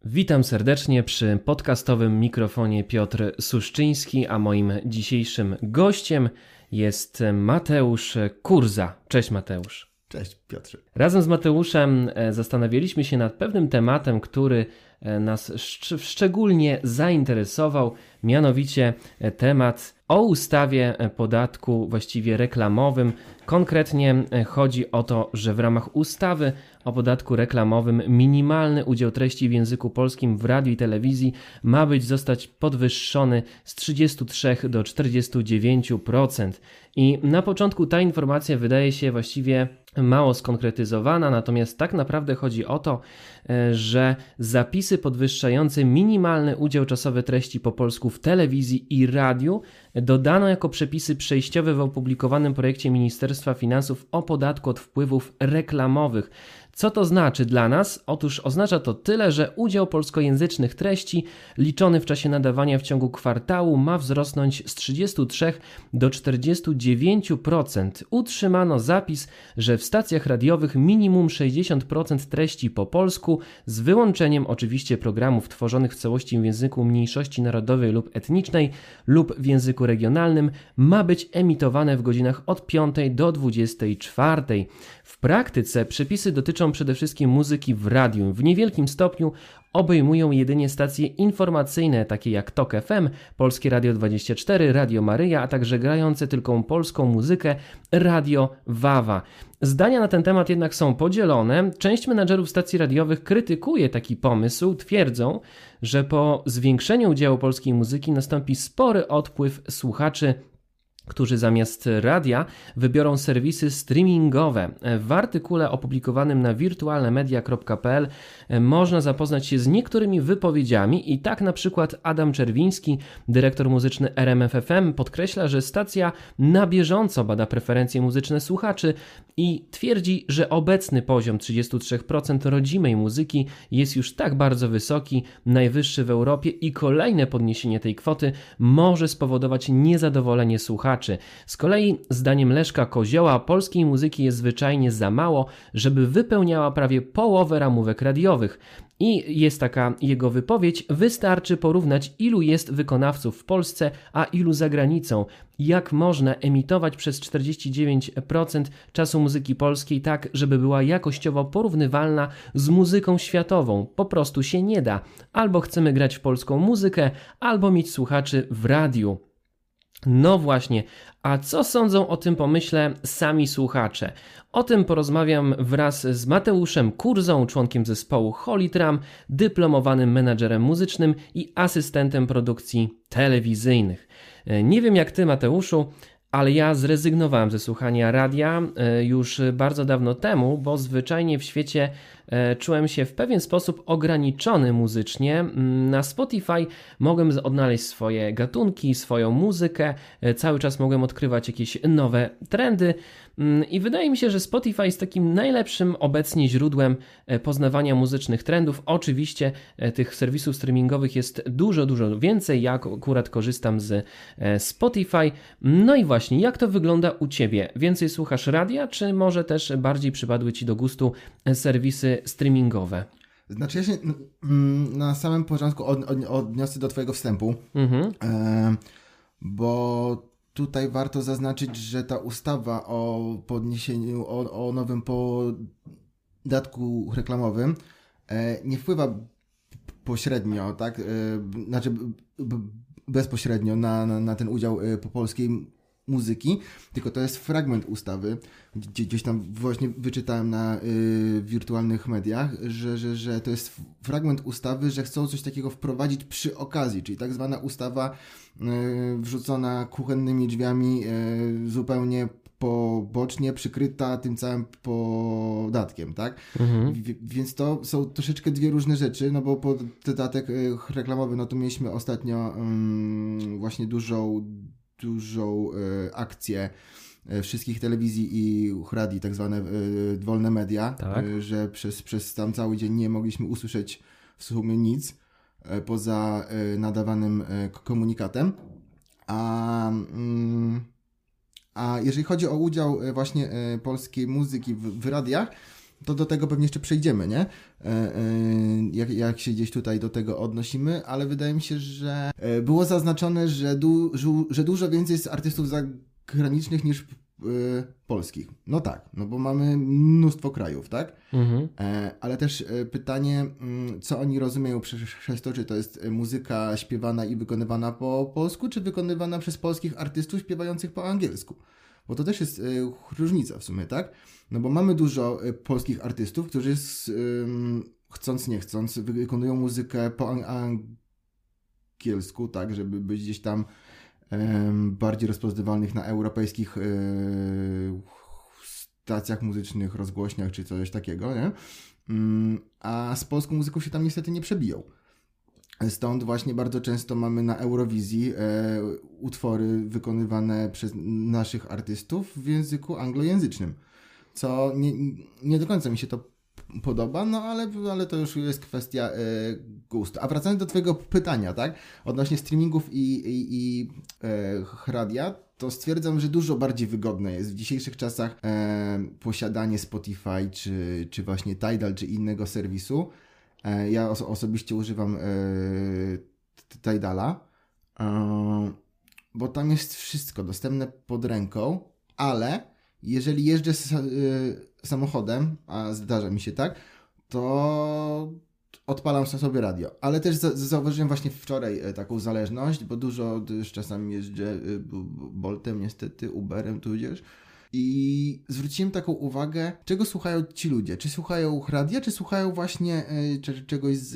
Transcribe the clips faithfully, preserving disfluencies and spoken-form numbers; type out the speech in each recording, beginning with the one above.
Witam serdecznie przy podcastowym mikrofonie Piotr Suszczyński, a moim dzisiejszym gościem jest Mateusz Kurza. Cześć Mateusz. Cześć Piotrze. Razem z Mateuszem zastanawialiśmy się nad pewnym tematem, który nas szcz- szczególnie zainteresował, mianowicie temat o ustawie podatku właściwie reklamowym. Konkretnie chodzi o to, że w ramach ustawy o podatku reklamowym minimalny udział treści w języku polskim w radiu i telewizji ma być zostać podwyższony z trzydziestu trzech do czterdziestu dziewięciu procent. I na początku ta informacja wydaje się właściwie mało skonkretyzowana, natomiast tak naprawdę chodzi o to, że zapisy podwyższające minimalny udział czasowy treści po polsku w telewizji i radiu dodano jako przepisy przejściowe w opublikowanym projekcie Ministerstwa Finansów o podatku od wpływów reklamowych. Co to znaczy dla nas? Otóż oznacza to tyle, że udział polskojęzycznych treści liczony w czasie nadawania w ciągu kwartału ma wzrosnąć z trzydziestu trzech do czterdziestu dziewięciu procent. Utrzymano zapis, że w stacjach radiowych minimum sześćdziesiąt procent treści po polsku, z wyłączeniem oczywiście programów tworzonych w całości w języku mniejszości narodowej lub etnicznej lub w języku regionalnym, ma być emitowane w godzinach od piątej do dwudziestej czwartej. W praktyce przepisy dotyczą przede wszystkim muzyki w radiu. W niewielkim stopniu obejmują jedynie stacje informacyjne, takie jak Tok F M, Polskie Radio dwadzieścia cztery, Radio Maryja, a także grające tylko polską muzykę Radio Wawa. Zdania na ten temat jednak są podzielone. Część menadżerów stacji radiowych krytykuje taki pomysł, twierdzą, że po zwiększeniu udziału polskiej muzyki nastąpi spory odpływ słuchaczy, którzy zamiast radia wybiorą serwisy streamingowe. W artykule opublikowanym na wirtualnemedia kropka p l można zapoznać się z niektórymi wypowiedziami i tak na przykład Adam Czerwiński, dyrektor muzyczny R M F F M, podkreśla, że stacja na bieżąco bada preferencje muzyczne słuchaczy i twierdzi, że obecny poziom trzydziestu trzech procent rodzimej muzyki jest już tak bardzo wysoki, najwyższy w Europie, i kolejne podniesienie tej kwoty może spowodować niezadowolenie słuchaczy. Z kolei zdaniem Leszka Kozioła polskiej muzyki jest zwyczajnie za mało, żeby wypełniała prawie połowę ramówek radiowych. I jest taka jego wypowiedź: wystarczy porównać, ilu jest wykonawców w Polsce, a ilu za granicą. Jak można emitować przez czterdzieści dziewięć procent czasu muzyki polskiej tak, żeby była jakościowo porównywalna z muzyką światową? Po prostu się nie da. Albo chcemy grać w polską muzykę, albo mieć słuchaczy w radiu. No właśnie, a co sądzą o tym pomyśle sami słuchacze? O tym porozmawiam wraz z Mateuszem Kurzą, członkiem zespołu Holitram, dyplomowanym menadżerem muzycznym i asystentem produkcji telewizyjnych. Nie wiem jak ty, Mateuszu, ale ja zrezygnowałem ze słuchania radia już bardzo dawno temu, bo zwyczajnie w świecie czułem się w pewien sposób ograniczony muzycznie. Na Spotify mogłem odnaleźć swoje gatunki, swoją muzykę, cały czas mogłem odkrywać jakieś nowe trendy i wydaje mi się, że Spotify jest takim najlepszym obecnie źródłem poznawania muzycznych trendów. Oczywiście tych serwisów streamingowych jest dużo, dużo więcej. Ja akurat korzystam z Spotify. No i właśnie, jak to wygląda u Ciebie? Więcej słuchasz radia, czy może też bardziej przypadły Ci do gustu serwisy streamingowe? Znaczy ja się na samym początku od, od, odniosę do Twojego wstępu, Mhm. e, bo tutaj warto zaznaczyć, że ta ustawa o podniesieniu, o, o nowym podatku reklamowym e, nie wpływa pośrednio, tak, e, znaczy b, b, bezpośrednio na, na, na ten udział e, polskiej muzyki, tylko to jest fragment ustawy, gdzie, gdzieś tam właśnie wyczytałem na y, wirtualnych mediach, że, że, że to jest fragment ustawy, że chcą coś takiego wprowadzić przy okazji, czyli tak zwana ustawa y, wrzucona kuchennymi drzwiami, y, zupełnie pobocznie, przykryta tym całym podatkiem, tak? Mhm. W, więc to są troszeczkę dwie różne rzeczy, no bo podatek y, reklamowy, no to mieliśmy ostatnio y, właśnie dużą dużą y, akcję y, wszystkich telewizji i radii, tak zwane y, wolne media, Tak. y, że przez, przez tam cały dzień nie mogliśmy usłyszeć w sumie nic y, poza y, nadawanym y, komunikatem. A, y, a jeżeli chodzi o udział y, właśnie y, polskiej muzyki w, w radiach, to do tego pewnie jeszcze przejdziemy, nie? Jak, jak się gdzieś tutaj do tego odnosimy, ale wydaje mi się, że było zaznaczone, że, du, że dużo więcej jest artystów zagranicznych niż polskich. No tak, no bo mamy mnóstwo krajów, tak? Mhm. Ale też pytanie, co oni rozumieją przez, przez to, czy to jest muzyka śpiewana i wykonywana po polsku, czy wykonywana przez polskich artystów śpiewających po angielsku? Bo to też jest y, różnica w sumie, tak? No bo mamy dużo y, polskich artystów, którzy z, y, chcąc nie chcąc wykonują muzykę po an- angielsku, tak? Żeby być gdzieś tam y, bardziej rozpoznawalnych na europejskich y, stacjach muzycznych, rozgłośniach czy coś takiego, nie? Y, a z polską muzyką się tam niestety nie przebiją. Stąd właśnie bardzo często mamy na Eurowizji e, utwory wykonywane przez naszych artystów w języku anglojęzycznym, co nie, nie do końca mi się to podoba, no ale, ale to już jest kwestia e, gustu. A wracając do twojego pytania, tak, odnośnie streamingów i, i, i e, radia, to stwierdzam, że dużo bardziej wygodne jest w dzisiejszych czasach e, posiadanie Spotify, czy, czy właśnie Tidal, czy innego serwisu. Ja oso- osobiście używam yy, Tidala, yy, bo tam jest wszystko dostępne pod ręką, ale jeżeli jeżdżę z, yy, samochodem, a zdarza mi się tak, to odpalam sobie radio. Ale też za- zauważyłem właśnie wczoraj yy, taką zależność, bo dużo też czasami jeżdżę yy, Boltem niestety, Uberem tudzież. I zwróciłem taką uwagę, czego słuchają ci ludzie. Czy słuchają radia, czy słuchają właśnie e, czegoś z,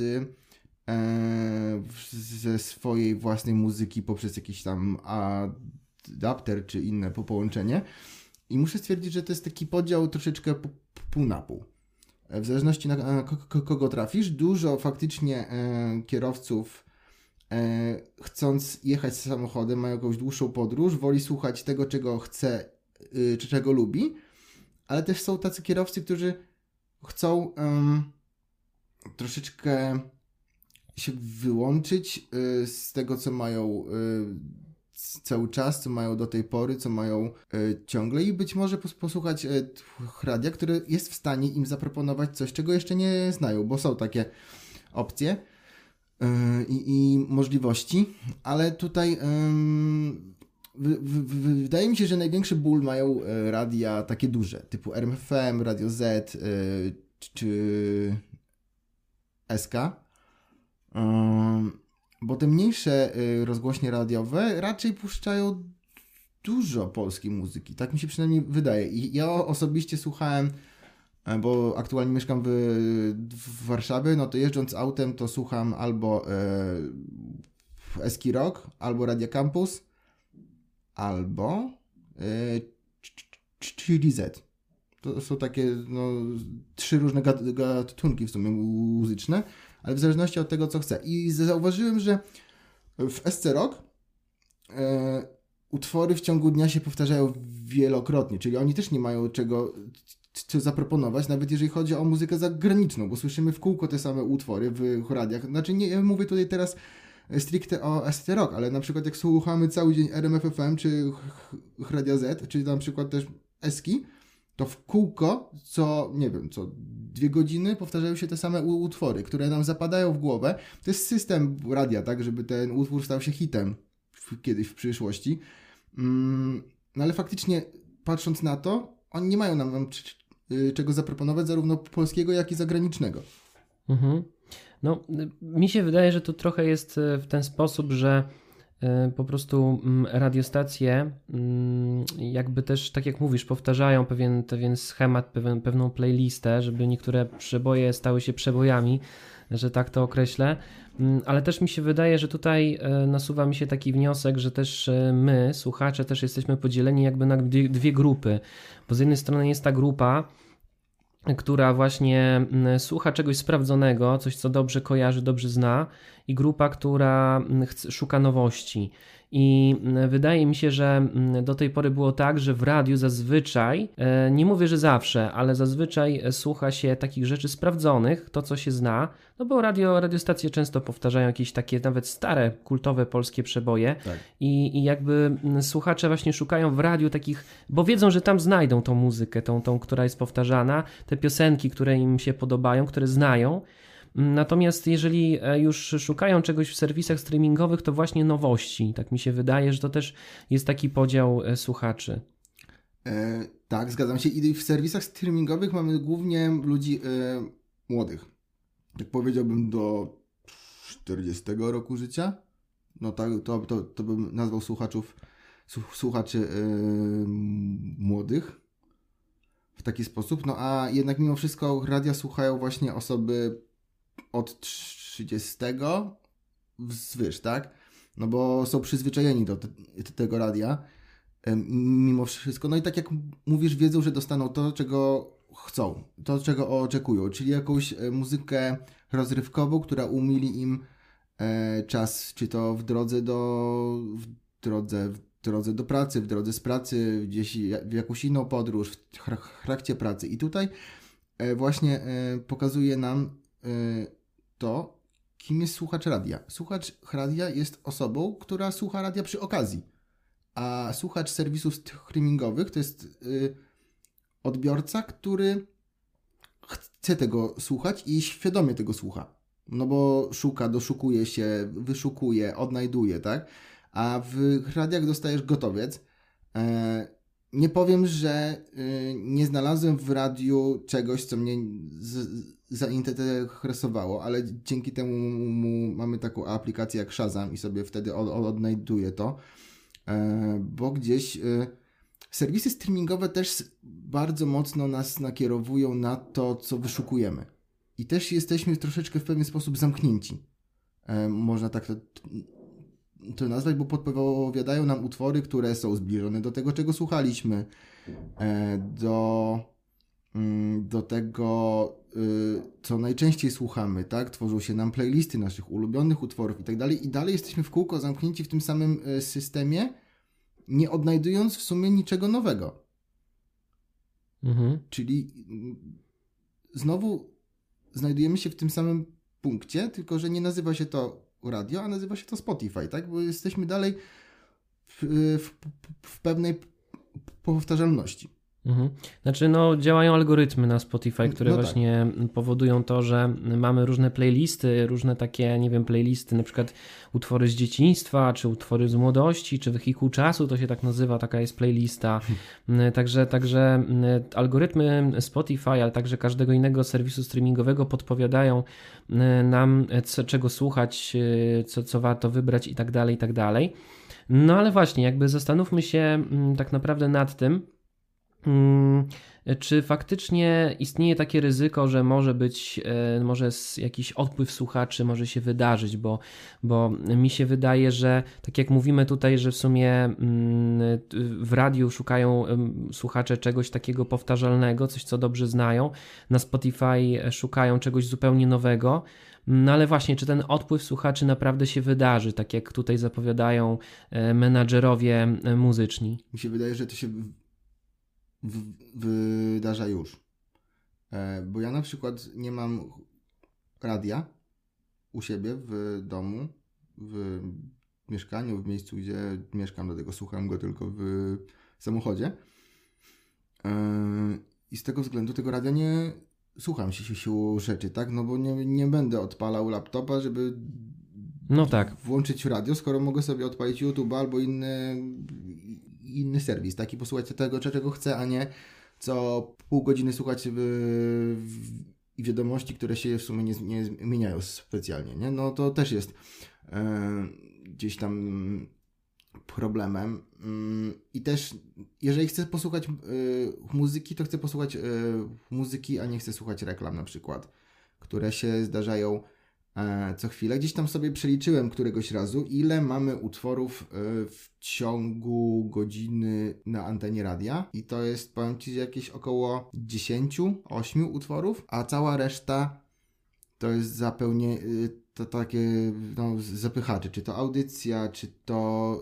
e, ze swojej własnej muzyki poprzez jakiś tam adapter, czy inne połączenie. I muszę stwierdzić, że to jest taki podział troszeczkę pół na pół. W zależności na kogo trafisz, dużo faktycznie e, kierowców e, chcąc jechać samochodem, mają jakąś dłuższą podróż, woli słuchać tego, czego chce, czy czego lubi, ale też są tacy kierowcy, którzy chcą um, troszeczkę się wyłączyć y, z tego, co mają y, cały czas, co mają do tej pory, co mają y, ciągle i być może pos- posłuchać y, radia, które jest w stanie im zaproponować coś, czego jeszcze nie znają, bo są takie opcje y, i możliwości, ale tutaj y, W, w, wydaje mi się, że największy ból mają e, radia takie duże, typu R M F M, Radio Z e, czy S K, e, bo te mniejsze e, rozgłośnie radiowe raczej puszczają dużo polskiej muzyki, tak mi się przynajmniej wydaje. I ja osobiście słuchałem, e, bo aktualnie mieszkam w, w Warszawie, no to jeżdżąc autem to słucham albo e, Eski Rock, albo Radia Campus, albo Chili Z. To są takie no, trzy różne gatunki w sumie muzyczne, ale w zależności od tego, co chcę. I zauważyłem, że w S C Rock e, utwory w ciągu dnia się powtarzają wielokrotnie, czyli oni też nie mają czego co zaproponować, nawet jeżeli chodzi o muzykę zagraniczną, bo słyszymy w kółko te same utwory w radiach. Znaczy nie, ja mówię tutaj teraz stricte o S C Rock, ale na przykład jak słuchamy cały dzień R M F F M czy Radia Z, czy na przykład też Eski, to w kółko co, nie wiem, co dwie godziny powtarzają się te same utwory, które nam zapadają w głowę. To jest system radia, tak, żeby ten utwór stał się hitem w, kiedyś w przyszłości. Mm, no ale faktycznie patrząc na to, oni nie mają nam, nam czego zaproponować, zarówno polskiego, jak i zagranicznego. Mhm. No, mi się wydaje, że to trochę jest w ten sposób, że po prostu radiostacje jakby też, tak jak mówisz, powtarzają pewien, pewien schemat, pewien, pewną playlistę, żeby niektóre przeboje stały się przebojami, że tak to określę, ale też mi się wydaje, że tutaj nasuwa mi się taki wniosek, że też my, słuchacze, też jesteśmy podzieleni jakby na dwie, dwie grupy, bo z jednej strony jest ta grupa, która właśnie słucha czegoś sprawdzonego, coś co dobrze kojarzy, dobrze zna, i grupa, która szuka nowości. I wydaje mi się, że do tej pory było tak, że w radiu zazwyczaj, nie mówię, że zawsze, ale zazwyczaj słucha się takich rzeczy sprawdzonych, to co się zna, no bo radio, radiostacje często powtarzają jakieś takie nawet stare, kultowe polskie przeboje Tak. i, i jakby słuchacze właśnie szukają w radiu takich, bo wiedzą, że tam znajdą tą muzykę, tą, tą, która jest powtarzana, te piosenki, które im się podobają, które znają. Natomiast jeżeli już szukają czegoś w serwisach streamingowych, to właśnie nowości. Tak mi się wydaje, że to też jest taki podział słuchaczy. E, tak, zgadzam się. I w serwisach streamingowych mamy głównie ludzi e, młodych. Jak powiedziałbym do czterdziestego roku życia, no tak, to, to, to bym nazwał słuchaczów, słuchaczy e, młodych w taki sposób. No a jednak mimo wszystko radia słuchają właśnie osoby od trzydziestego wzwyż, tak? No bo są przyzwyczajeni do te, tego radia mimo wszystko. No i tak jak mówisz, wiedzą, że dostaną to, czego chcą, to, czego oczekują, czyli jakąś muzykę rozrywkową, która umili im czas, czy to w drodze do w drodze, w drodze do pracy, w drodze z pracy, gdzieś w jakąś inną podróż, w trakcie pracy. I tutaj właśnie pokazuje nam to, kim jest słuchacz radia. Słuchacz radia jest osobą, która słucha radia przy okazji, a słuchacz serwisów streamingowych to jest y, odbiorca, który chce tego słuchać i świadomie tego słucha. No bo szuka, doszukuje się, wyszukuje, odnajduje, tak? A w radiach dostajesz gotowiec. E, nie powiem, że y, nie znalazłem w radiu czegoś, co mnie z, zainteresowało, ale dzięki temu mamy taką aplikację jak Shazam i sobie wtedy od, od, odnajduję to, e, bo gdzieś e, serwisy streamingowe też bardzo mocno nas nakierowują na to, co wyszukujemy. I też jesteśmy troszeczkę w pewien sposób zamknięci. E, można tak to, to nazwać, bo podpowiadają nam utwory, które są zbliżone do tego, czego słuchaliśmy, e, do, mm, do tego, co najczęściej słuchamy, tak? Tworzą się nam playlisty naszych ulubionych utworów i tak dalej. I dalej jesteśmy w kółko zamknięci w tym samym systemie, nie odnajdując w sumie niczego nowego. Mhm. Czyli znowu znajdujemy się w tym samym punkcie, tylko że nie nazywa się to radio, a nazywa się to Spotify, tak? Bo jesteśmy dalej w, w, w pewnej powtarzalności. Mhm. Znaczy, no, działają algorytmy na Spotify, które no właśnie tak. powodują to, że mamy różne playlisty, różne takie, nie wiem, playlisty, na przykład utwory z dzieciństwa, czy utwory z młodości, czy wehikuł czasu, to się tak nazywa, taka jest playlista. Hmm. Także, także algorytmy Spotify, ale także każdego innego serwisu streamingowego podpowiadają nam, co, czego słuchać, co, co warto wybrać i tak dalej, i tak dalej. No ale właśnie, jakby zastanówmy się tak naprawdę nad tym, czy faktycznie istnieje takie ryzyko, że może być, może jakiś odpływ słuchaczy może się wydarzyć, bo, bo mi się wydaje, że tak jak mówimy tutaj, że w sumie w radiu szukają słuchacze czegoś takiego powtarzalnego, coś co dobrze znają, na Spotify szukają czegoś zupełnie nowego. No ale właśnie, czy ten odpływ słuchaczy naprawdę się wydarzy, tak jak tutaj zapowiadają menadżerowie muzyczni? Mi się wydaje, że to się W, wydarza już. E, bo ja na przykład nie mam radia u siebie w domu, w mieszkaniu, w miejscu, gdzie mieszkam, dlatego słucham go tylko w samochodzie. E, I z tego względu tego radia nie słucham się siłą rzeczy, tak? No bo nie, nie będę odpalał laptopa, żeby no tak. włączyć radio, skoro mogę sobie odpalić YouTube albo inny inny serwis, tak? I posłuchać tego, czego chcę, a nie co pół godziny słuchać w, w, wiadomości, które się w sumie nie, nie zmieniają specjalnie, nie? No to też jest e, gdzieś tam problemem. I też, jeżeli chcę posłuchać y, muzyki, to chcę posłuchać y, muzyki, a nie chcę słuchać reklam na przykład, które się zdarzają e, co chwilę. Gdzieś tam sobie przeliczyłem któregoś razu, ile mamy utworów y, w ciągu godziny na antenie radia i to jest, powiem Ci, jakieś około dziesięć, osiem utworów, a cała reszta to jest zapełnie to takie no, zapychacze, czy to audycja, czy to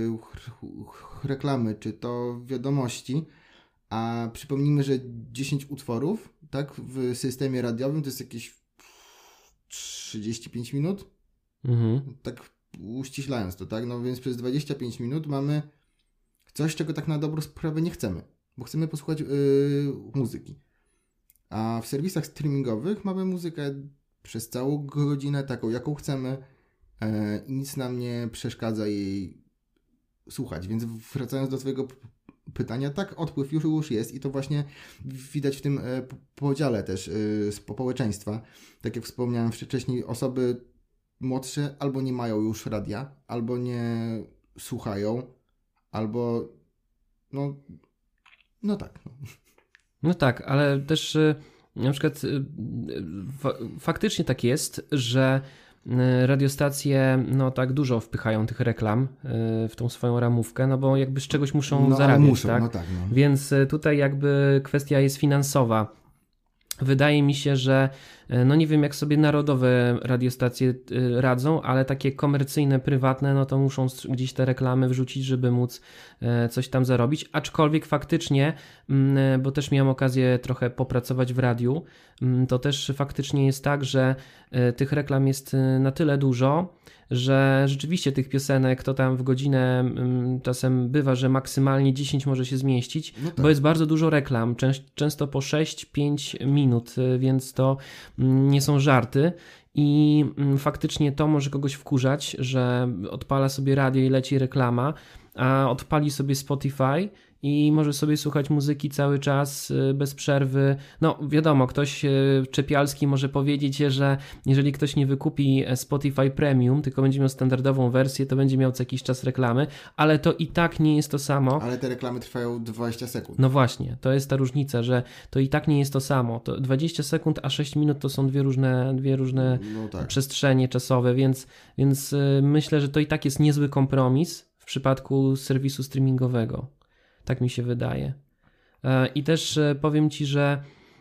yy, reklamy, czy to wiadomości, a przypomnijmy, że dziesięć utworów, tak, w systemie radiowym to jest jakieś trzydzieści pięć minut, Mhm. tak uściślając to, tak, no więc przez dwadzieścia pięć minut mamy coś, czego tak na dobrą sprawę nie chcemy, bo chcemy posłuchać yy, muzyki, a w serwisach streamingowych mamy muzykę przez całą godzinę, taką jaką chcemy yy, i nic nam nie przeszkadza jej słuchać, więc wracając do twojego pytania, tak, odpływ już, już jest i to właśnie widać w tym e, podziale też e, społeczeństwa. Tak jak wspomniałem wcześniej, osoby młodsze albo nie mają już radia, albo nie słuchają, albo no, no tak. No, no tak, ale też y, na przykład y, fa faktycznie tak jest, że y, radiostacje no tak dużo wpychają tych reklam y, w tą swoją ramówkę, no bo jakby z czegoś muszą no, zarabiać, muszą, tak? No tak no. Więc y, tutaj jakby kwestia jest finansowa. Wydaje mi się, że no nie wiem jak sobie narodowe radiostacje radzą, ale takie komercyjne, prywatne, no to muszą gdzieś te reklamy wrzucić, żeby móc coś tam zarobić, aczkolwiek faktycznie, bo też miałem okazję trochę popracować w radiu, to też faktycznie jest tak, że tych reklam jest na tyle dużo, że rzeczywiście tych piosenek to tam w godzinę czasem bywa, że maksymalnie dziesięć może się zmieścić, no tak. Bo jest bardzo dużo reklam, często po sześć pięć minut, więc to nie są żarty i faktycznie to może kogoś wkurzać, że odpala sobie radio i leci reklama, a odpali sobie Spotify i może sobie słuchać muzyki cały czas bez przerwy. No wiadomo, ktoś czepialski może powiedzieć, że jeżeli ktoś nie wykupi Spotify Premium, tylko będzie miał standardową wersję, to będzie miał co jakiś czas reklamy, ale to i tak nie jest to samo. Ale te reklamy trwają dwadzieścia sekund. No właśnie, to jest ta różnica, że to i tak nie jest to samo. To dwadzieścia sekund, a sześć minut to są dwie różne, dwie różne no tak. przestrzenie czasowe, więc, więc myślę, że to i tak jest niezły kompromis w przypadku serwisu streamingowego. Tak mi się wydaje. I też powiem Ci, że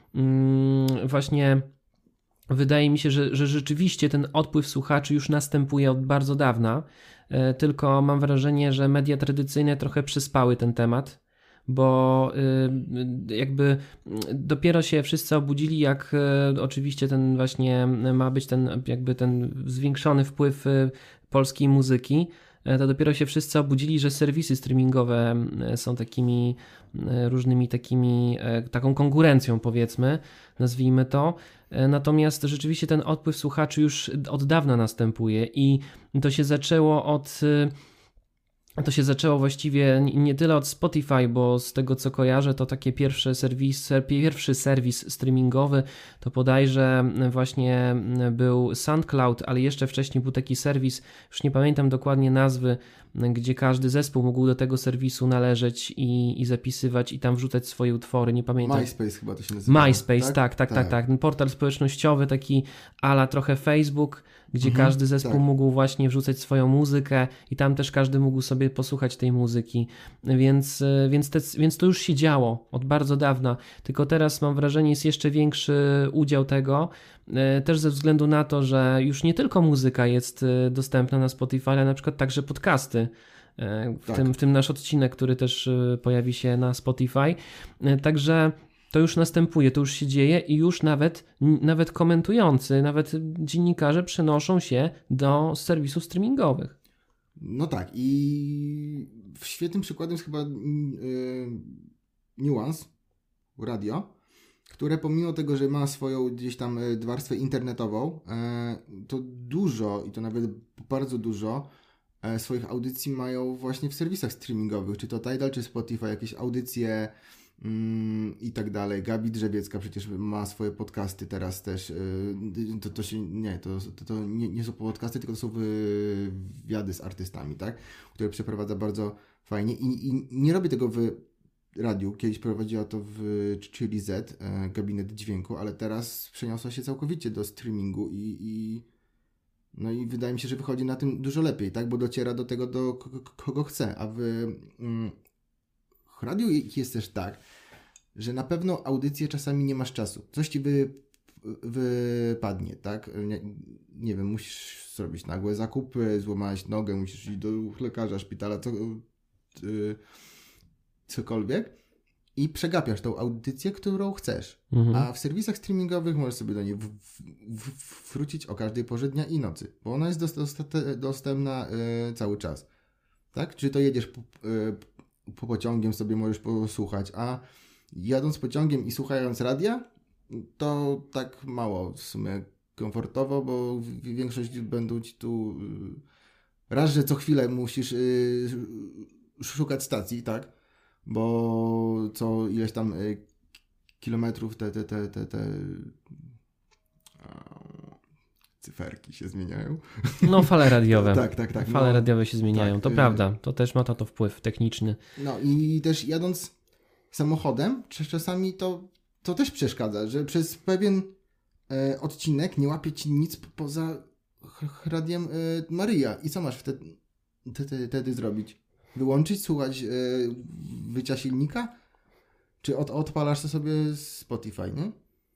właśnie wydaje mi się, że, że rzeczywiście ten odpływ słuchaczy już następuje od bardzo dawna, tylko mam wrażenie, że media tradycyjne trochę przyspały ten temat, bo jakby dopiero się wszyscy obudzili, jak oczywiście ten właśnie ma być ten jakby ten zwiększony wpływ polskiej muzyki, to dopiero się wszyscy obudzili, że serwisy streamingowe są takimi różnymi takimi, taką konkurencją powiedzmy, nazwijmy to. Natomiast rzeczywiście ten odpływ słuchaczy już od dawna następuje i to się zaczęło od... To się zaczęło właściwie nie tyle od Spotify, bo z tego co kojarzę, to takie pierwsze serwis, pierwszy serwis streamingowy to bodajże właśnie był SoundCloud, ale jeszcze wcześniej był taki serwis, już nie pamiętam dokładnie nazwy, gdzie każdy zespół mógł do tego serwisu należeć i, i zapisywać i tam wrzucać swoje utwory, nie pamiętam. MySpace chyba to się nazywa. MySpace, tak, tak, tak, tak. tak. tak. Portal społecznościowy, taki ala trochę Facebook, gdzie mhm, każdy zespół tak. mógł właśnie wrzucać swoją muzykę i tam też każdy mógł sobie posłuchać tej muzyki, więc, więc, te, więc to już się działo od bardzo dawna, tylko teraz mam wrażenie jest jeszcze większy udział tego, też ze względu na to, że już nie tylko muzyka jest dostępna na Spotify, ale na przykład także podcasty, w, tak. tym, w tym nasz odcinek, który też pojawi się na Spotify, także to już następuje, to już się dzieje i już nawet, nawet komentujący, nawet dziennikarze przenoszą się do serwisów streamingowych. No tak i świetnym przykładem jest chyba yy, Nuance Radio, które pomimo tego, że ma swoją gdzieś tam warstwę internetową, yy, to dużo i to nawet bardzo dużo yy, swoich audycji mają właśnie w serwisach streamingowych, czy to Tidal, czy Spotify, jakieś audycje i tak dalej. Gabi Drzewiecka przecież ma swoje podcasty teraz też. To, to się, nie, to, to, to nie, nie są podcasty, tylko to są wywiady z artystami, tak? Które przeprowadza bardzo fajnie i, i nie robię tego w radiu. Kiedyś prowadziła to w Chili Z, gabinet dźwięku, ale teraz przeniosła się całkowicie do streamingu i, i no i wydaje mi się, że wychodzi na tym dużo lepiej, tak? Bo dociera do tego, do kogo chce, a w mm, w radiu jest też tak, że na pewno audycję czasami nie masz czasu. Coś ci wypadnie, tak? Nie, nie wiem, musisz zrobić nagłe zakupy, złamałeś nogę, musisz iść do lekarza, szpitala, co, yy, cokolwiek i przegapiasz tą audycję, którą chcesz. Mhm. A w serwisach streamingowych możesz sobie do niej w, w, w, wrócić o każdej porze dnia i nocy, bo ona jest dosta- dostępna yy, cały czas. Tak? Czy to jedziesz po, yy, po pociągiem, sobie możesz posłuchać, a jadąc pociągiem i słuchając radia, to tak mało w sumie komfortowo, bo większość będą ci tu yy, raz, że co chwilę musisz yy, szukać stacji, tak? Bo co ileś tam y, kilometrów te, te, te, te, te a, cyferki się zmieniają. No fale radiowe. tak, tak, tak. Fale no, radiowe się zmieniają, tak, to y- prawda. To też ma na to wpływ techniczny. No i też jadąc samochodem, czasami to, to też przeszkadza, że przez pewien e, odcinek nie łapie ci nic poza ch- radiem e, Maryja. I co masz wtedy, wtedy, wtedy zrobić? Wyłączyć, słuchać yy, wycia silnika? Czy od, odpalasz to sobie Spotify, nie?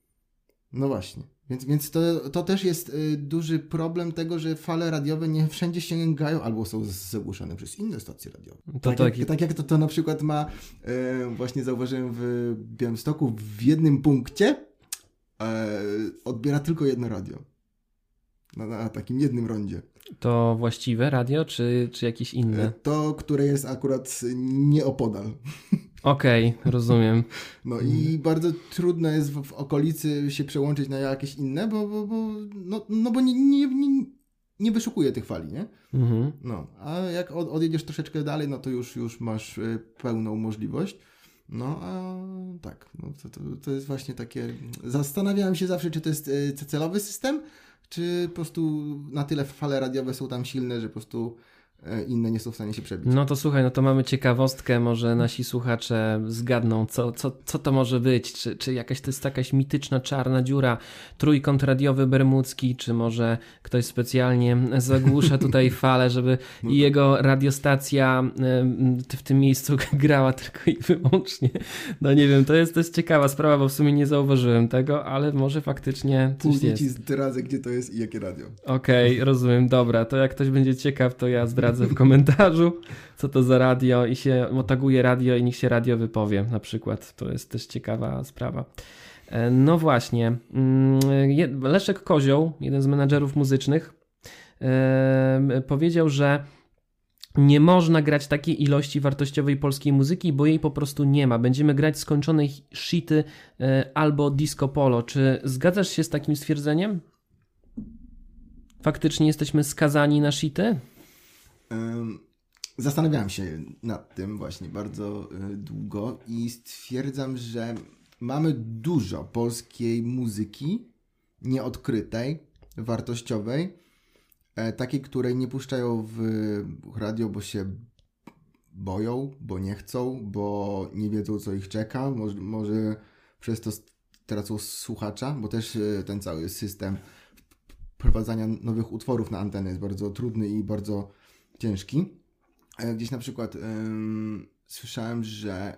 No właśnie. Więc, więc to, to też jest y, duży problem tego, że fale radiowe nie wszędzie sięgają albo są zagłuszane przez inne stacje radiowe. To tak, taki... jak, tak jak to, to na przykład ma, y, właśnie zauważyłem w Białymstoku, w jednym punkcie y, odbiera tylko jedno radio. Na, na takim jednym rondzie. To właściwe radio, czy, czy jakieś inne? To, które jest akurat nieopodal. Okej, okay, rozumiem. No i bardzo trudno jest w, w okolicy się przełączyć na jakieś inne, bo, bo, bo, no, no bo nie, nie, nie, nie wyszukuje tych fali, nie? Mhm. No, a jak od, odjedziesz troszeczkę dalej, no to już, już masz y, pełną możliwość. No, a tak, no to, to, to jest właśnie takie... Zastanawiałem się zawsze, czy to jest y, celowy system, czy po prostu na tyle fale radiowe są tam silne, że po prostu inne nie są w stanie się przebić. No to słuchaj, no to mamy ciekawostkę, może nasi słuchacze zgadną, co, co, co to może być, czy, czy jakaś to jest jakaś mityczna czarna dziura, trójkąt radiowy bermudzki, czy może ktoś specjalnie zagłusza tutaj falę, żeby i jego radiostacja w tym miejscu grała tylko i wyłącznie. No nie wiem, to jest, to jest ciekawa sprawa, bo w sumie nie zauważyłem tego, ale może faktycznie coś Później jest. ci zdradzę, gdzie to jest i jakie radio. Okej, okay, rozumiem, dobra, to jak ktoś będzie ciekaw, to ja zdradzę w komentarzu, co to za radio i się otaguje radio i niech się radio wypowie na przykład. To jest też ciekawa sprawa. No właśnie, Leszek Kozioł, jeden z menadżerów muzycznych, powiedział, że nie można grać takiej ilości wartościowej polskiej muzyki, bo jej po prostu nie ma. Będziemy grać skończonej shity albo disco polo. Czy zgadzasz się z takim stwierdzeniem? Faktycznie jesteśmy skazani na shity? Zastanawiałem się nad tym właśnie bardzo długo i stwierdzam, że mamy dużo polskiej muzyki nieodkrytej, wartościowej, takiej, której nie puszczają w radio, bo się boją, bo nie chcą, bo nie wiedzą, co ich czeka, może, może przez to tracą słuchacza, bo też ten cały system wprowadzania nowych utworów na antenę jest bardzo trudny i bardzo ciężki. Gdzieś na przykład ym, słyszałem, że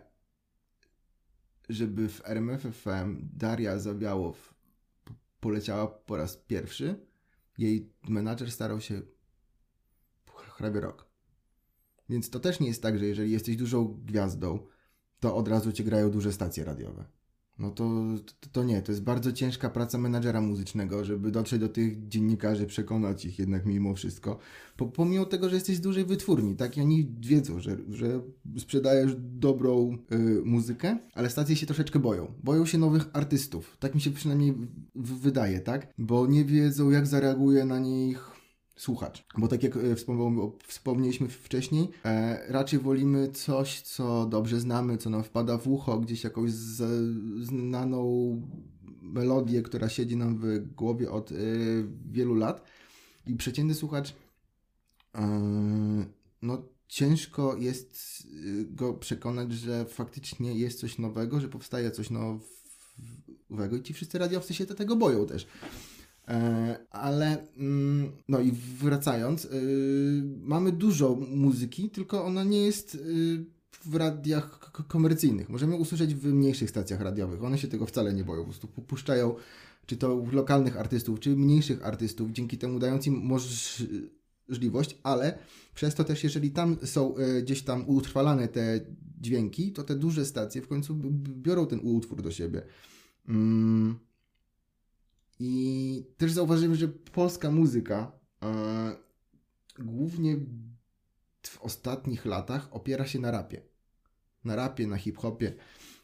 żeby w R M F F M Daria Zawiałow poleciała po raz pierwszy, jej menadżer starał się prawie rok. Więc to też nie jest tak, że jeżeli jesteś dużą gwiazdą, to od razu cię grają duże stacje radiowe. No to, to, to nie, to jest bardzo ciężka praca menadżera muzycznego, żeby dotrzeć do tych dziennikarzy, przekonać ich jednak mimo wszystko. Po, pomimo tego, że jesteś z dużej wytwórni, tak? I oni wiedzą, że, że sprzedajesz dobrą y, muzykę, ale stacje się troszeczkę boją. Boją się nowych artystów. Tak mi się przynajmniej w, wydaje, tak? Bo nie wiedzą, jak zareaguje na nich słuchacz. Bo tak jak wspomnieliśmy wcześniej, e, raczej wolimy coś, co dobrze znamy, co nam wpada w ucho, gdzieś jakąś z, znaną melodię, która siedzi nam w głowie od e, wielu lat. I przeciętny słuchacz e, no ciężko jest go przekonać, że faktycznie jest coś nowego, że powstaje coś nowego i ci wszyscy radiowcy się do tego boją też. Ale no i wracając, mamy dużo muzyki, tylko ona nie jest w radiach komercyjnych. Możemy usłyszeć w mniejszych stacjach radiowych. One się tego wcale nie boją. Po prostu puszczają czy to lokalnych artystów, czy mniejszych artystów, dzięki temu dając im możliwość, ale przez to też, jeżeli tam są y, gdzieś tam utrwalane te dźwięki, to te duże stacje w końcu b- b- biorą ten utwór do siebie. Mm. I też zauważyłem, że polska muzyka y, głównie w ostatnich latach opiera się na rapie. Na rapie, na hip-hopie.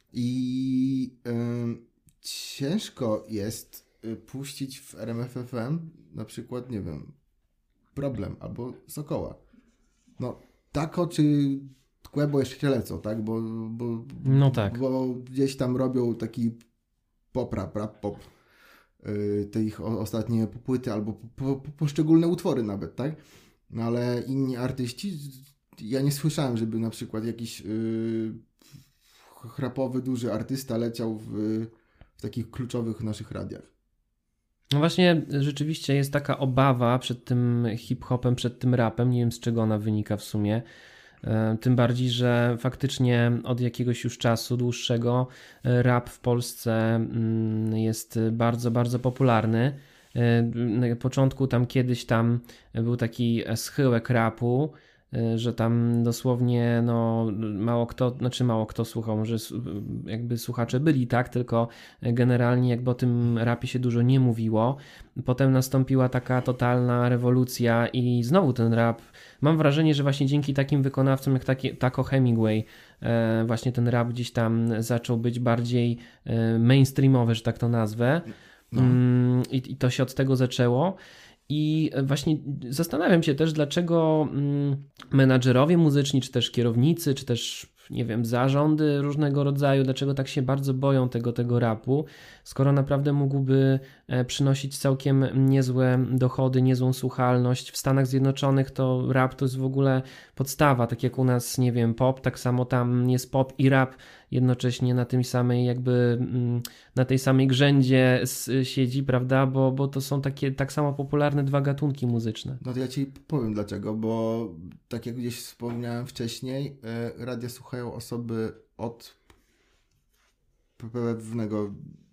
I y, ciężko jest y, puścić w R M F F M na przykład, nie wiem, Problem albo Sokoła. No, Tako czy Kłębo jeszcze lecą, tak? Bo, bo, No tak. bo gdzieś tam robią taki pop, rap, rap, pop. Y, te ich o, ostatnie płyty albo po, po, poszczególne utwory nawet, tak? No ale inni artyści, ja nie słyszałem, żeby na przykład jakiś yy, rapowy, duży artysta leciał w, w takich kluczowych naszych radiach. No właśnie, rzeczywiście jest taka obawa przed tym hip-hopem, przed tym rapem, nie wiem z czego ona wynika w sumie. Tym bardziej, że faktycznie od jakiegoś już czasu dłuższego rap w Polsce jest bardzo, bardzo popularny. Na początku tam kiedyś tam był taki schyłek rapu, że tam dosłownie no mało kto, znaczy mało kto słuchał, może jakby słuchacze byli, tak, tylko generalnie jakby o tym rapie się dużo nie mówiło. Potem nastąpiła taka totalna rewolucja i znowu ten rap, mam wrażenie, że właśnie dzięki takim wykonawcom jak taki, Taco Hemingway właśnie ten rap gdzieś tam zaczął być bardziej mainstreamowy, że tak to nazwę. No. I, I to się od tego zaczęło. I właśnie zastanawiam się też, dlaczego menadżerowie muzyczni, czy też kierownicy, czy też, nie wiem, zarządy różnego rodzaju, dlaczego tak się bardzo boją tego, tego rapu, skoro naprawdę mógłby przynosić całkiem niezłe dochody, niezłą słuchalność. W Stanach Zjednoczonych to rap to jest w ogóle podstawa, tak jak u nas, nie wiem, pop, tak samo tam jest pop i rap jednocześnie na tym samej jakby, na tej samej grzędzie siedzi, prawda, bo, bo to są takie tak samo popularne dwa gatunki muzyczne. No to ja Ci powiem dlaczego, bo tak jak gdzieś wspomniałem wcześniej, radia słuchają osoby od pewnego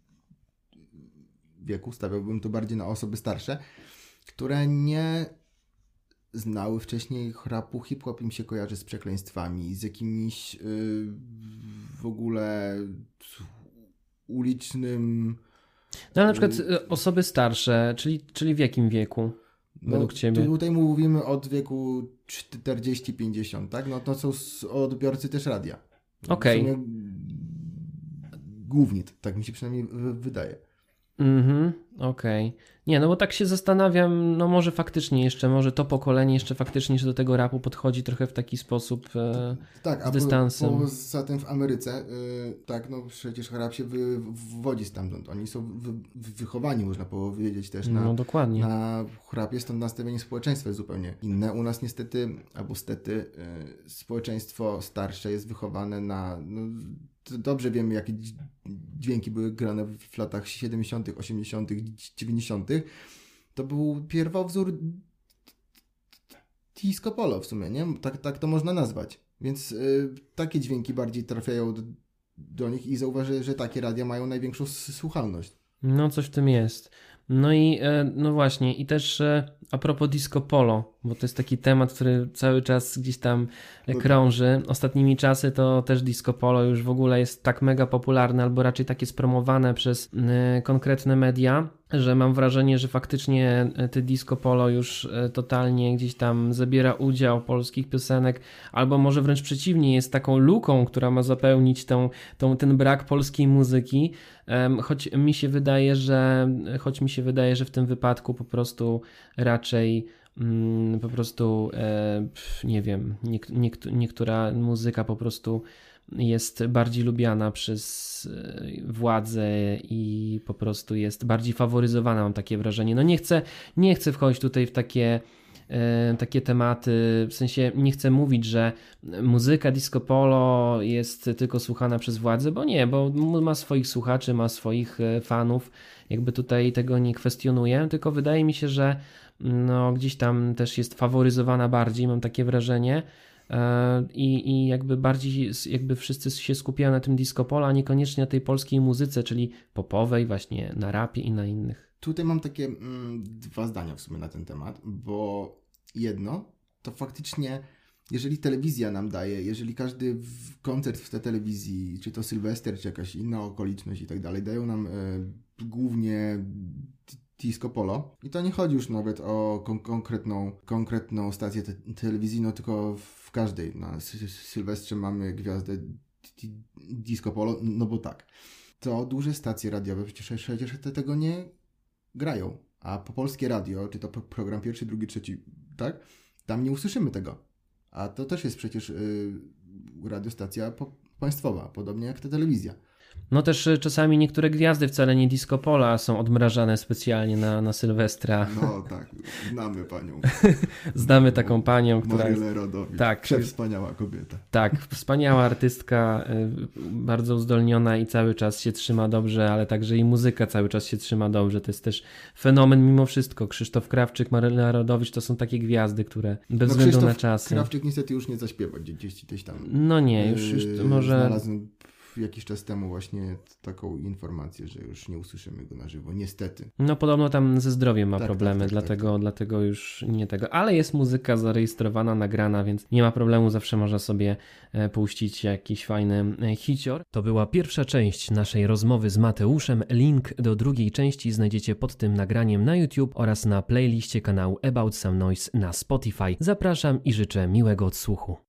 wieku, stawiałbym to bardziej na osoby starsze, które nie znały wcześniej rapu. Hip-hop im się kojarzy z przekleństwami, z jakimiś yy, w ogóle ulicznym... No ale na przykład yy, osoby starsze, czyli, czyli w jakim wieku według no, Ciebie? Tutaj mówimy od wieku czterdzieści pięćdziesiąt, tak? No to są odbiorcy też radia. Okej. Okay. Głównie, tak mi się przynajmniej wydaje. Mhm, okej. Okay. Nie, no bo tak się zastanawiam, no może faktycznie jeszcze, może to pokolenie jeszcze faktycznie jeszcze do tego rapu podchodzi trochę w taki sposób e, tak, z dystansem. Tak, a poza tym w Ameryce, y, tak, no przecież rap się wy, wywodzi stamtąd. Oni są wy, wychowani, można powiedzieć też na, no, dokładnie. na rapie, stąd nastawienie społeczeństwa jest zupełnie inne. U nas niestety, albo stety, y, społeczeństwo starsze jest wychowane na... No, dobrze wiemy, jakie dźwięki były grane w latach siedemdziesiątych, osiemdziesiątych, dziewięćdziesiątych. To był pierwowzór disco polo w sumie, nie? Tak, tak to można nazwać. Więc y, takie dźwięki bardziej trafiają do, do nich i zauważę, że takie radia mają największą słuchalność. No coś w tym jest. No i no właśnie, i też a propos disco polo, bo to jest taki temat, który cały czas gdzieś tam krąży. Ostatnimi czasy to też disco polo już w ogóle jest tak mega popularne, albo raczej tak jest promowane przez konkretne media, że mam wrażenie, że faktycznie te disco polo już totalnie gdzieś tam zabiera udział polskich piosenek, albo może wręcz przeciwnie, jest taką luką, która ma zapełnić tą, tą, ten brak polskiej muzyki, choć mi się wydaje, że choć mi się wydaje, że w tym wypadku po prostu raczej mm, po prostu e, nie wiem, niek- niek- niektóra muzyka po prostu jest bardziej lubiana przez władzę i po prostu jest bardziej faworyzowana, mam takie wrażenie. No nie chcę, nie chcę wchodzić tutaj w takie takie tematy, w sensie nie chcę mówić, że muzyka disco polo jest tylko słuchana przez władzę, bo nie, bo ma swoich słuchaczy, ma swoich fanów, jakby tutaj tego nie kwestionuję, tylko wydaje mi się, że no gdzieś tam też jest faworyzowana bardziej, mam takie wrażenie, i, i jakby bardziej jakby wszyscy się skupiają na tym disco polo, a niekoniecznie na tej polskiej muzyce, czyli popowej, właśnie na rapie i na innych. Tutaj mam takie mm, dwa zdania w sumie na ten temat, bo jedno, to faktycznie jeżeli telewizja nam daje, jeżeli każdy w koncert w tej telewizji, czy to Sylwester, czy jakaś inna okoliczność i tak dalej, dają nam e, głównie disco polo. I to nie chodzi już nawet o kon- konkretną, konkretną stację te- telewizyjną, tylko w każdej. Na sy- Sylwestrze mamy gwiazdę di- disco polo, no bo tak. To duże stacje radiowe przecież, przecież te tego nie grają. A po polskie radio, czy to pro- program pierwszy, drugi, trzeci, tak? Tam nie usłyszymy tego. A to też jest przecież yy, radiostacja po- państwowa, podobnie jak ta telewizja. No też czasami niektóre gwiazdy wcale nie disco pola są odmrażane specjalnie na, na Sylwestra. No tak, znamy panią. Znamy taką panią, która jest... Marylę Rodowicz. Tak. Przewspaniała kobieta. Tak, wspaniała artystka, y, bardzo uzdolniona i cały czas się trzyma dobrze, ale także i muzyka cały czas się trzyma dobrze. To jest też fenomen mimo wszystko. Krzysztof Krawczyk, Maryla Rodowicz to są takie gwiazdy, które bez no, względu Krzysztof na czasy... Krawczyk niestety już nie zaśpiewa gdzieś, gdzieś tam. No nie, już, już Yy, może... Znalazłem jakiś czas temu właśnie taką informację, że już nie usłyszymy go na żywo, niestety. No podobno tam ze zdrowiem ma Tak, problemy, tak, tak, dlatego, tak. dlatego już nie tego. Ale jest muzyka zarejestrowana, nagrana, więc nie ma problemu, zawsze można sobie e, puścić jakiś fajny e, hicior. To była pierwsza część naszej rozmowy z Mateuszem. Link do drugiej części znajdziecie pod tym nagraniem na YouTube oraz na playliście kanału About Some Noise na Spotify. Zapraszam i życzę miłego odsłuchu.